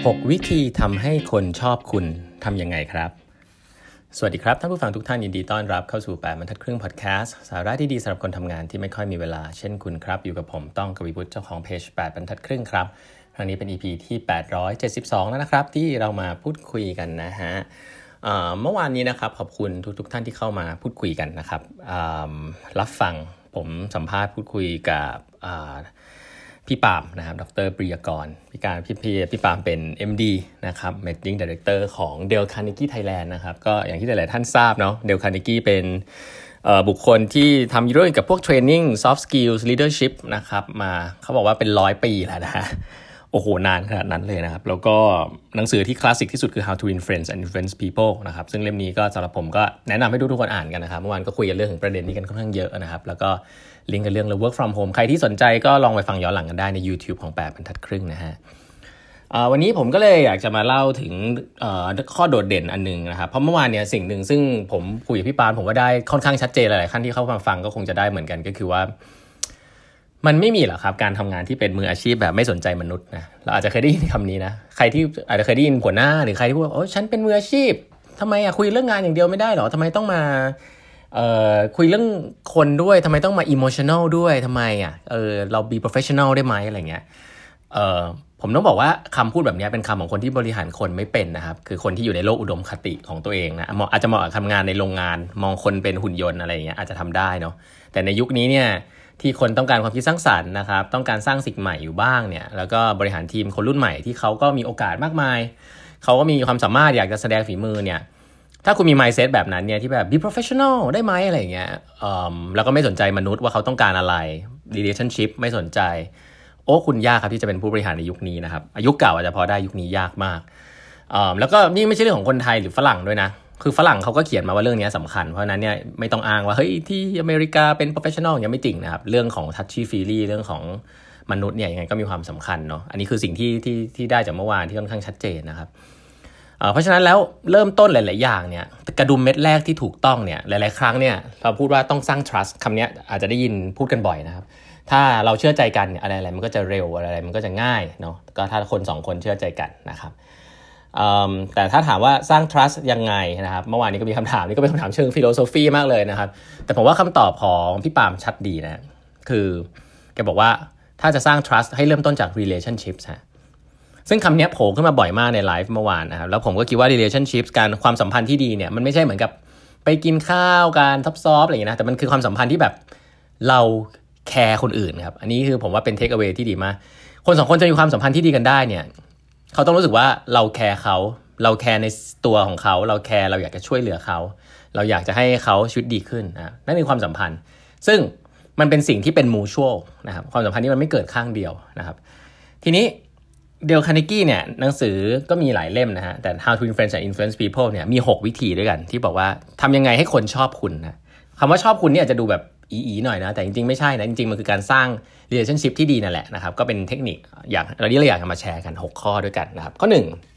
6 วิธีทำให้คนชอบคุณทำยังไงครับสวัสดีครับท่านผู้ฟังทุกท่านยินดีต้อนรับเข้าสู่8บรรทัดครึ่งพอดแคสต์สาระที่ดีสำหรับคนทำงานที่ไม่ค่อยมีเวลาเช่นคุณครับอยู่กับผมต้องกวีวุฒิเจ้าของเพจ8บรรทัดครึ่งครับครั้งนี้เป็น EP ที่872แล้วนะครับที่เรามาพูดคุยกันนะฮะเมื่อวานนี้นะครับขอบคุณทุกท่านที่เข้ามาพูดคุยกันนะครับรับฟังผมสัมภาษณ์พูดคุยกับพี่ปาล์มนะครับดร.ปริยากรพี่ปาล์มเป็น MD นะครับ Managing Director ของ Dale Carnegie Thailand นะครับก็อย่างที่หลายๆท่านทราบเนาะ Dale Carnegie เป็นบุคคลที่ทำเรื่องกับพวก Training Soft Skills Leadership นะครับมาเขาบอกว่าเป็น100 ปีแล้วนะฮะโอ้โหนานขนาดนั้นเลยนะครับแล้วก็หนังสือที่คลาสสิกที่สุดคือ How to Influence and Influence People นะครับซึ่งเล่มนี้ก็สำหรับผมก็แนะนำให้ทุกคนอ่านกันนะครับเมื่อวานก็คุยกันเรื่องถึงประเด็นนี้กันค่อนข้างเยอะนะครับแล้วก็ลิงก์กันเรื่อง work from home ใครที่สนใจก็ลองไปฟังย้อนหลังกันได้ใน YouTube ของ8บรรทัดครึ่งนะฮะวันนี้ผมก็เลยอยากจะมาเล่าถึงข้อโดดเด่นอันนึงนะครับเพราะเมื่อวานเนี่ยสิ่งหนึ่งซึ่งผมคุยกับพี่ปานผมก็ได้ค่อนข้างชัดเจนหลายๆท่านที่เข้ามาฟังก็คงจะได้เหมือนกันก็คือว่ามันไม่มีหรอกครับการทำงานที่เป็นมืออาชีพแบบไม่สนใจมนุษย์นะเราอาจจะเคยได้ยินคำนี้นะใครที่อาจจะเคยได้ยินหัวหน้าหรือใครที่พูดว่าโอ้ฉันเป็นมืออาชีพทำไมคุยเรื่องงานอย่างเดียวไม่ได้หรอทำไมต้องมาคุยเรื่องคนด้วยทำไมต้องมา emotional ด้วยทำไมเรา be professional ได้ไหมอะไรเงี้ยผมต้องบอกว่าคำพูดแบบนี้เป็นคำของคนที่บริหารคนไม่เป็นนะครับคือคนที่อยู่ในโลกอุดมคติของตัวเองนะอาจจะเหมาะกับทำงานในโรงงานมองคนเป็นหุ่นยนต์อะไรเงี้ยอาจจะทำได้เนาะแต่ในยุคนี้เนี่ยที่คนต้องการความคิดสร้างสรรค์นะครับต้องการสร้างสิ่งใหม่อยู่บ้างเนี่ยแล้วก็บริหารทีมคนรุ่นใหม่ที่เขาก็มีโอกาสมากมายเขาก็มีความสามารถอยากจะแสดงฝีมือเนี่ยถ้าคุณมี mindset แบบนั้นเนี่ยที่แบบ be professional ได้ไหมอะไรอย่างเงี้ยแล้วก็ไม่สนใจมนุษย์ว่าเขาต้องการอะไร relationship ไม่สนใจโอ้คุณยากครับที่จะเป็นผู้บริหารในยุคนี้นะครับอายุเก่าอาจจะพอได้ยุคนี้ยากมากแล้วก็นี่ไม่ใช่เรื่องของคนไทยหรือฝรั่งด้วยนะคือฝรั่งเขาก็เขียนมาว่าเรื่องนี้สำคัญเพราะนั้นเนี่ยไม่ต้องอ้างว่าเฮ้ยที่อเมริกาเป็น professional อย่างไม่จริงนะครับเรื่องของ touchy feely เรื่องของมนุษย์เนี่ยยังไงก็มีความสำคัญเนาะอันนี้คือสิ่งที่ได้จากเมื่อวานที่ค่อนข้างชัดเจนนะครับเพราะฉะนั้นแล้วเริ่มต้นหลายๆอย่างเนี่ยกระดุมเม็ดแรกที่ถูกต้องเนี่ยหลายๆครั้งเนี่ยเราพูดว่าต้องสร้าง trust คำนี้อาจจะได้ยินพูดกันบ่อยนะครับถ้าเราเชื่อใจกันอะไรๆมันก็จะเร็วอะไรๆมันก็จะง่ายเนาะก็ถ้าคน2คนเชื่อใจกันนะครับแต่ถ้าถามว่าสร้าง trust ยังไงนะครับเมื่อวานนี้ก็มีคำถามนี่ก็เป็นคำถามเชิงฟิโลโซฟีมากเลยนะครับแต่ผมว่าคำตอบของพี่ปาล์มชัดดีนะคือแกบอกว่าถ้าจะสร้าง trust ให้เริ่มต้นจาก relationships ฮะซึ่งคำนี้โผล่ขึ้นมาบ่อยมากในไลฟ์เมื่อวานนะครับแล้วผมก็คิดว่า relationships การความสัมพันธ์ที่ดีเนี่ยมันไม่ใช่เหมือนกับไปกินข้าวการซอฟๆอะไรอย่างเงี้ยนะแต่มันคือความสัมพันธ์ที่แบบเราแคร์คนอื่นครับอันนี้คือผมว่าเป็น take away ที่ดีมากคน2คนจะมีความสัมพันธ์ที่ดีกันได้เนี่ยเขาต้องรู้สึกว่าเราแคร์เขาเราแคร์ในตัวของเขาเราแคร์เราอยากจะช่วยเหลือเขาเราอยากจะให้เขาชีวิตดีขึ้นนั่นคือความสัมพันธ์ซึ่งมันเป็นสิ่งที่เป็น mutual นะครับความสัมพันธ์ที่มันไม่เกิดข้างเดียวนะครับทีนี้เดล คาร์เนกี้เนี่ยหนังสือก็มีหลายเล่มนะฮะแต่ How to Influence and Influence People เนี่ยมี6 วิธีด้วยกันที่บอกว่าทำยังไงให้คนชอบคุณนะคำว่าชอบคุณเนี่ยจะดูแบบอีหน่อยนะแต่จริงๆไม่ใช่นะจริงๆมันคือการสร้าง relationship ที่ดีนั่นแหละนะครับก็เป็นเทคนิคเราอยากจะมาแชร์กัน6 ข้อด้วยกันนะครับข้อ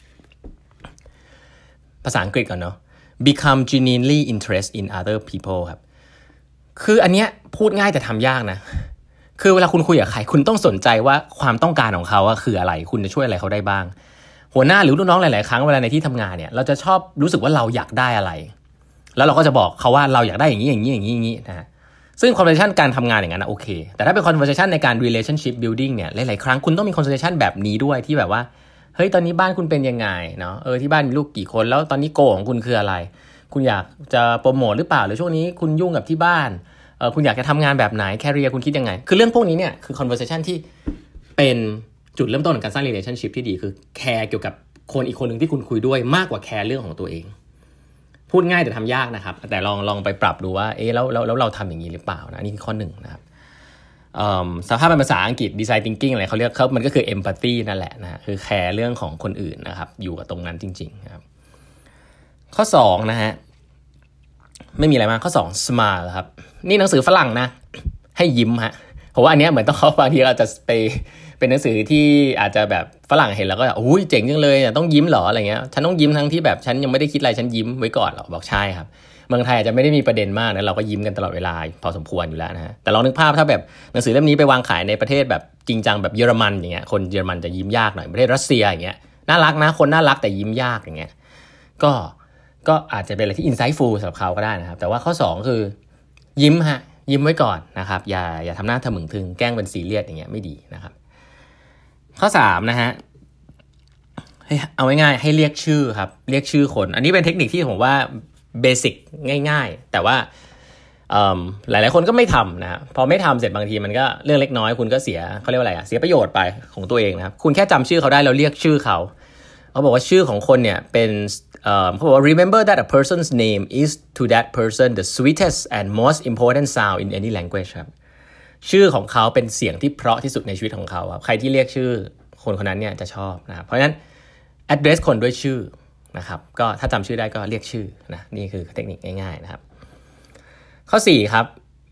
1ภาษาอังกฤษก่อนเนาะ become genuinely interested in other people ครับคืออันเนี้ยพูดง่ายแต่ทำยากนะคือเวลาคุณคุยกับใครคุณต้องสนใจว่าความต้องการของเขาคืออะไรคุณจะช่วยอะไรเขาได้บ้างหัวหน้าหรือลูกน้องหลายๆครั้งเวลาในที่ทำงานเนี่ยเราจะชอบรู้สึกว่าเราอยากได้อะไรแล้วเราก็จะบอกเขาว่าเราอยากได้อย่างนี้นะซึ่ง conversation การทำงานอย่างนั้นนะโอเคแต่ถ้าเป็น conversation ในการ relationship building เนี่ยหลายๆครั้งคุณต้องมี conversation แบบนี้ด้วยที่แบบว่าเฮ้ยตอนนี้บ้านคุณเป็นยังไงเนาะที่บ้านมีลูกกี่คนแล้วตอนนี้โกของคุณคืออะไรคุณอยากจะโปรโมทหรือเปล่าหรือช่วงนี้คุณยุ่งกับที่บ้านคุณอยากจะทำงานแบบไหน career คุณคิดยังไงคือเรื่องพวกนี้เนี่ยคือ conversation ที่เป็นจุดเริ่มต้นของการสร้าง relationship ที่ดีคือแคร์เกี่ยวกับคนอีกคนนึงที่คุณคุยด้วยมากกว่าแคร์เรื่องของตัวเองพูดง่ายแต่ทำยากนะครับแต่ลองไปปรับดูว่าแล้วเราทำอย่างนี้หรือเปล่านะนี่คือข้อ 1นะครับสภาพเป็นภาษาอังกฤษ design thinking อะไรเขาเรียกมันก็คือ empathy นั่นแหละนะคือแคร์เรื่องของคนอื่นนะครับอยู่กับตรงนั้นจริงๆนะครับข้อ 2นะฮะไม่มีอะไรมากข้อ 2 smile ครับนี่หนังสือฝรั่งนะให้ยิ้มฮะเพราะว่าอันเนี้ยเหมือนต้องเขาบางทีเราจะไปเป็นหนังสือที่อาจจะแบบฝรั่งเห็นแล้วก็อุ้ยเจ๋งจังเลยต้องยิ้มหรออะไรเงี้ยฉันต้องยิ้มทั้งที่แบบฉันยังไม่ได้คิดอะไรฉันยิ้มไว้ก่อนหรอบอกใช่ครับเมืองไทยอาจจะไม่ได้มีประเด็นมากนะเราก็ยิ้มกันตลอดเวลาพอสมควรอยู่แล้วนะฮะแต่ลองนึกภาพถ้าแบบหนังสือเล่มนี้ไปวางขายในประเทศแบบจริงจังแบบเยอรมันอย่างเงี้ยคนเยอรมันจะยิ้มยากหน่อยประเทศรัสเซียอย่างเงี้ยน่ารักนะคนน่ารักแต่ยิ้มยากอย่างเงี้ยก็อาจจะเป็นอะไรที่ insightful สำหรับเขาก็ได้นะครับแต่ว่าข้อ2คือยิ้มไว้ก่อนนะครับอย่าทำหน้าทะมึงทึงแกล้งเป็นซีเรียสอย่างเงี้ยไม่ดีนะครับข้อ3นะฮะเอาง่ายๆให้เรียกชื่อครับเรียกชื่อคนอันนี้เป็นเทคนิคที่ผมว่าเบสิกง่ายๆแต่ว่าหลายๆคนก็ไม่ทำนะพอไม่ทำเสร็จบางทีมันก็เรื่องเล็กน้อยคุณก็เสียเขาเรียกว่าอะไรเสียประโยชน์ไปของตัวเองนะครับคุณแค่จำชื่อเขาได้แล้วเรียกชื่อเขาบอกว่าชื่อของคนเนี่ยเป็นเขาบอกว่า remember that a person's name is to that person the sweetest and most important sound in any language ครับชื่อของเขาเป็นเสียงที่เพราะที่สุดในชีวิตของเขาครับใครที่เรียกชื่อคนนั้นเนี่ยจะชอบนะครับเพราะฉะนั้น address คนด้วยชื่อนะครับก็ถ้าจำชื่อได้ก็เรียกชื่อนะนี่คือเทคนิคง่ายๆนะครับข้อ4ครับ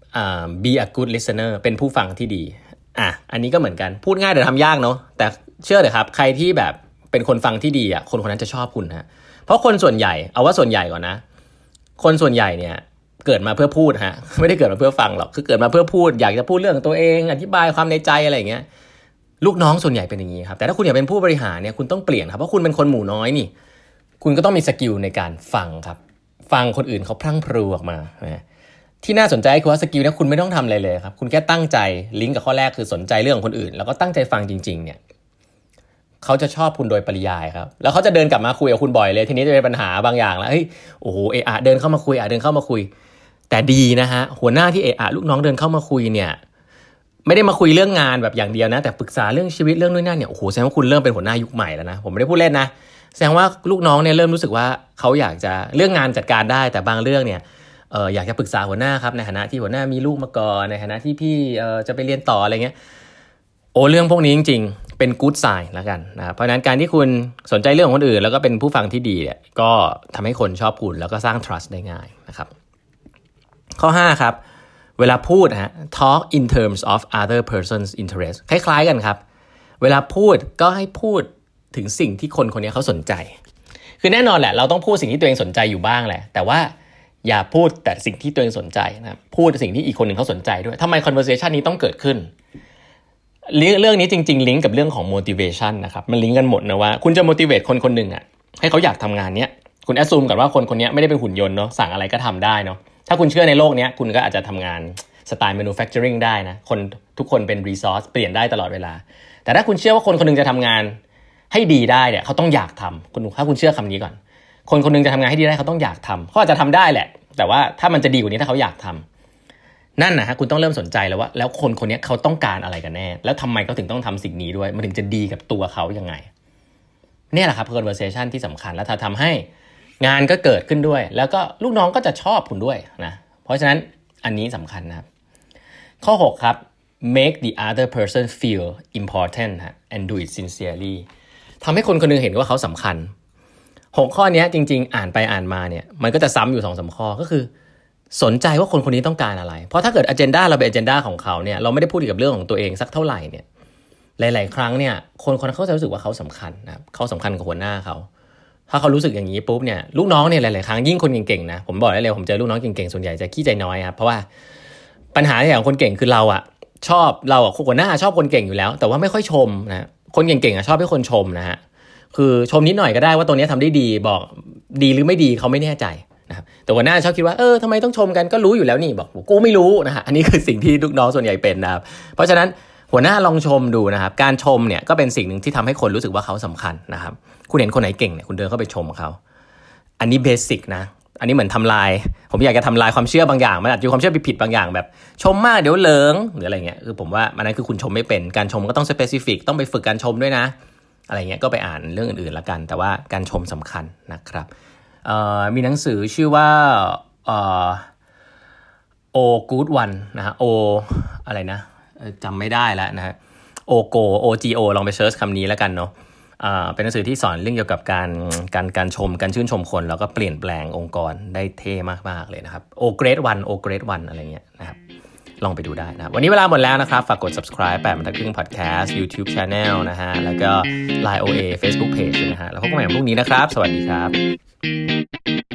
be a good listener เป็นผู้ฟังที่ดีอันนี้ก็เหมือนกันพูดง่ายแต่ทำยากเนาะแต่เชื่อเถอะครับใครที่แบบเป็นคนฟังที่ดีคนนั้นจะชอบคุณฮะเพราะคนส่วนใหญ่เอาว่าส่วนใหญ่ก่อนนะคนส่วนใหญ่เนี่ยเกิดมาเพื่อพูดฮะไม่ได้เกิดมาเพื่อฟังหรอกคือเกิดมาเพื่อพูดอยากจะพูดเรื่องตัวเองอธิบายความในใจอะไรอย่างเงี้ยลูกน้องส่วนใหญ่เป็นอย่างนี้ครับแต่ถ้าคุณอยากเป็นผู้บริหารเนี่ยคุณต้องเปลี่ยนครับเพราะคุณเป็นคนหมู่น้อยนี่คุณก็ต้องมีสกิลในการฟังครับฟังคนอื่นเขาพรั่งพรูออกมาที่น่าสนใจคือว่าสกิลนี้คุณไม่ต้องทำอะไรเลยครับคุณแค่ตั้งใจลิงก์กับข้อแรกคือสนใจเรื่องของคนอื่นแล้วก็ตั้งใจฟังจริงๆเนี่ยเขาจะชอบคุณโดยปริยายครับแล้วเขาจะเดินกลับมาคุยกับคุณบ่อยเลยทีนี้จะเป็นปัญหาบางอย่างแล้วโอ้โหเดินเข้ามาคุยเดินเข้ามาคุยแต่ดีนะฮะหัวหน้าที่ลูกน้องเดินเข้ามาคุยเนี่ยไม่ได้มาคุยเรื่องงานแบบอย่างเดียวนะแต่ปรึกษาเรื่องชีวิตเรื่องนู่นนั่นเนี่ยโอ้โหแสดงว่าคุณเริ่มเป็นหัวหน้ายุคใหม่แล้วนะผมไม่ได้พูดเล่นนะแสดงว่าลูกน้องเนี่ยเริ่มรู้สึกว่าเขาอยากจะเรื่องงานจัดการได้แต่บางเรื่องเนี่ยอยากจะปรึกษาหัวหน้าครับในฐานะที่หัวหน้ามีลูกมาก่อนในฐานะที่พี่จะไปเรียนต่ออะไรเงี้ยเรื่องพวกนี้จริงๆเป็น good sign แล้วกันนะเพราะฉะนั้นการที่คุณสนใจเรื่องของคนอื่นแล้วก็เป็นผู้ฟังที่ดีเนี่ยก็ทำให้คนชอบคุณแล้วก็สร้าง trust ได้ง่ายนะครับข้อ5ครับเวลาพูดtalk in terms of other person's interest คล้ายๆกันครับเวลาพูดก็ให้พูดถึงสิ่งที่คนคนนี้เขาสนใจคือแน่นอนแหละเราต้องพูดสิ่งที่ตัวเองสนใจอยู่บ้างแหละแต่ว่าอย่าพูดแต่สิ่งที่ตัวเองสนใจนะพูดสิ่งที่อีกคนหนึ่งเขาสนใจด้วยทำไม conversation นี้ต้องเกิดขึ้นเรื่องนี้จริงๆลิงก์กับเรื่องของ motivation นะครับมันลิงก์กันหมดนะว่าคุณจะ motivate คนคนหนึ่งให้เขาอยากทำงานเนี้ยคุณ assume กันว่าคนคนนี้ไม่ได้เป็นหุ่นยนต์เนาะสั่งอะไรก็ทำได้เนาะถ้าคุณเชื่อในโลกนี้คุณก็อาจจะทำงานสไตล์ manufacturing ได้นะคนทุกคนเป็น resource เปลี่ยนได้ตลอดเวลาแต่ถ้าคุณเชื่อว่าคนคนนึงจะทำงานให้ดีได้เนี่ยเขาต้องอยากทำถ้าคุณเชื่อคำนี้ก่อนคนคนนึงจะทำงานให้ดีได้เขาต้องอยากทำเขาอาจจะทำได้แหละแต่ว่าถ้ามันจะดีกว่านี้ถ้าเขาอยากทำนั่นนะฮะคุณต้องเริ่มสนใจแล้วว่าแล้วคนคนนี้เขาต้องการอะไรกันแน่แล้วทำไมเขาถึงต้องทำสิ่งนี้ด้วยมันถึงจะดีกับตัวเขายังไงเนี่ยแหละครับ conversation ที่สำคัญแล้วถ้าทำให้งานก็เกิดขึ้นด้วยแล้วก็ลูกน้องก็จะชอบคุณด้วยนะเพราะฉะนั้นอันนี้สำคัญนะครับข้อ6ครับ make the other person feel important and do it sincerely ทำให้คนคนนึงเห็นว่าเขาสำคัญ6ข้อนี้จริงๆอ่านไปอ่านมาเนี่ยมันก็จะซ้ำอยู่ 2-3 ข้อก็คือสนใจว่าคนคนนี้ต้องการอะไรเพราะถ้าเกิด agenda เราเป็น agenda ของเขาเนี่ยเราไม่ได้พูดกับเรื่องของตัวเองสักเท่าไหร่เนี่ยหลายๆครั้งเนี่ยคนนั้นเขาจะรู้สึกว่าเขาสำคัญนะครับเขาสำคัญกับหัวหน้าเขาถ้าเขารู้สึกอย่างนี้ปุ๊บเนี่ยลูกน้องเนี่ยหลายๆครั้งยิ่งคนเก่งๆนะผมบอกได้เลยผมเจอลูกน้องเก่งๆส่วนใหญ่จะขี้ใจน้อยครับเพราะว่าปัญหาอย่างคนเก่งคือเราหัวหน้าชอบคนเก่งอยู่แล้วแต่ว่าไม่ค่อยชมนะคนเก่งๆชอบให้คนชมนะฮะคือชมนิดหน่อยก็ได้ว่าตัวนี้ทำได้ดีบอกดีหรือไม่ดีเขาไม่แน่ใจนะครับแต่หัวหน้าชอบคิดว่าทำไมต้องชมกันก็รู้อยู่แล้วนี่บอกกูไม่รู้นะฮะอันนี้คือสิ่งที่ลูกน้องส่วนใหญ่เป็นนะครับเพราะฉะนั้นหัวหน้าลองชมดูนะครับการชมเนี่ยก็เป็นสิ่งหนึ่งที่ทำให้คนรู้สึกว่าเขาสำคัญนะครับคุณเห็นคนไหนเก่งเนี่ยคุณเดินเข้าไปชมเขาอันนี้เบสิกนะอันนี้เหมือนทำลายผมอยากจะทำลายความเชื่อบางอย่างมันอาจจะมีความเชื่อผิดบางอย่างแบบชมมากเดี๋ยวเหลิงหรืออะไรเงี้ยคือผมว่ามันนั้นคือคุณชมไม่เป็นการชมก็ต้องสเปซิฟิกต้องไปฝึกการชมด้วยนะอะไรเงี้ยก็ไปอ่านเรื่องอื่นๆละกันแต่ว่าการชมสำคัญนะครับมีหนังสือชื่อว่าโอกู๊ดวันนะฮะโออะไรนะจำไม่ได้แล้วนะฮะOGO ลองไปเซิร์ชคำนี้แล้วกันเนาะเป็นหนังสือที่สอนเรื่องเกี่ยวกับการชมการชื่นชมคนแล้วก็เปลี่ยนแปลงองค์กรได้เท่มากๆเลยนะครับโอเกรดวันอะไรเงี้ยนะครับลองไปดูได้นะวันนี้เวลาหมดแล้วนะครับฝากกด subscribe 8 บรรทัดครึ่ง podcast YouTube channel นะฮะแล้วก็ Line OA Facebook page นะฮะแล้วพบกันใหม่พรุ่งนี้นะครับสวัสดีครับ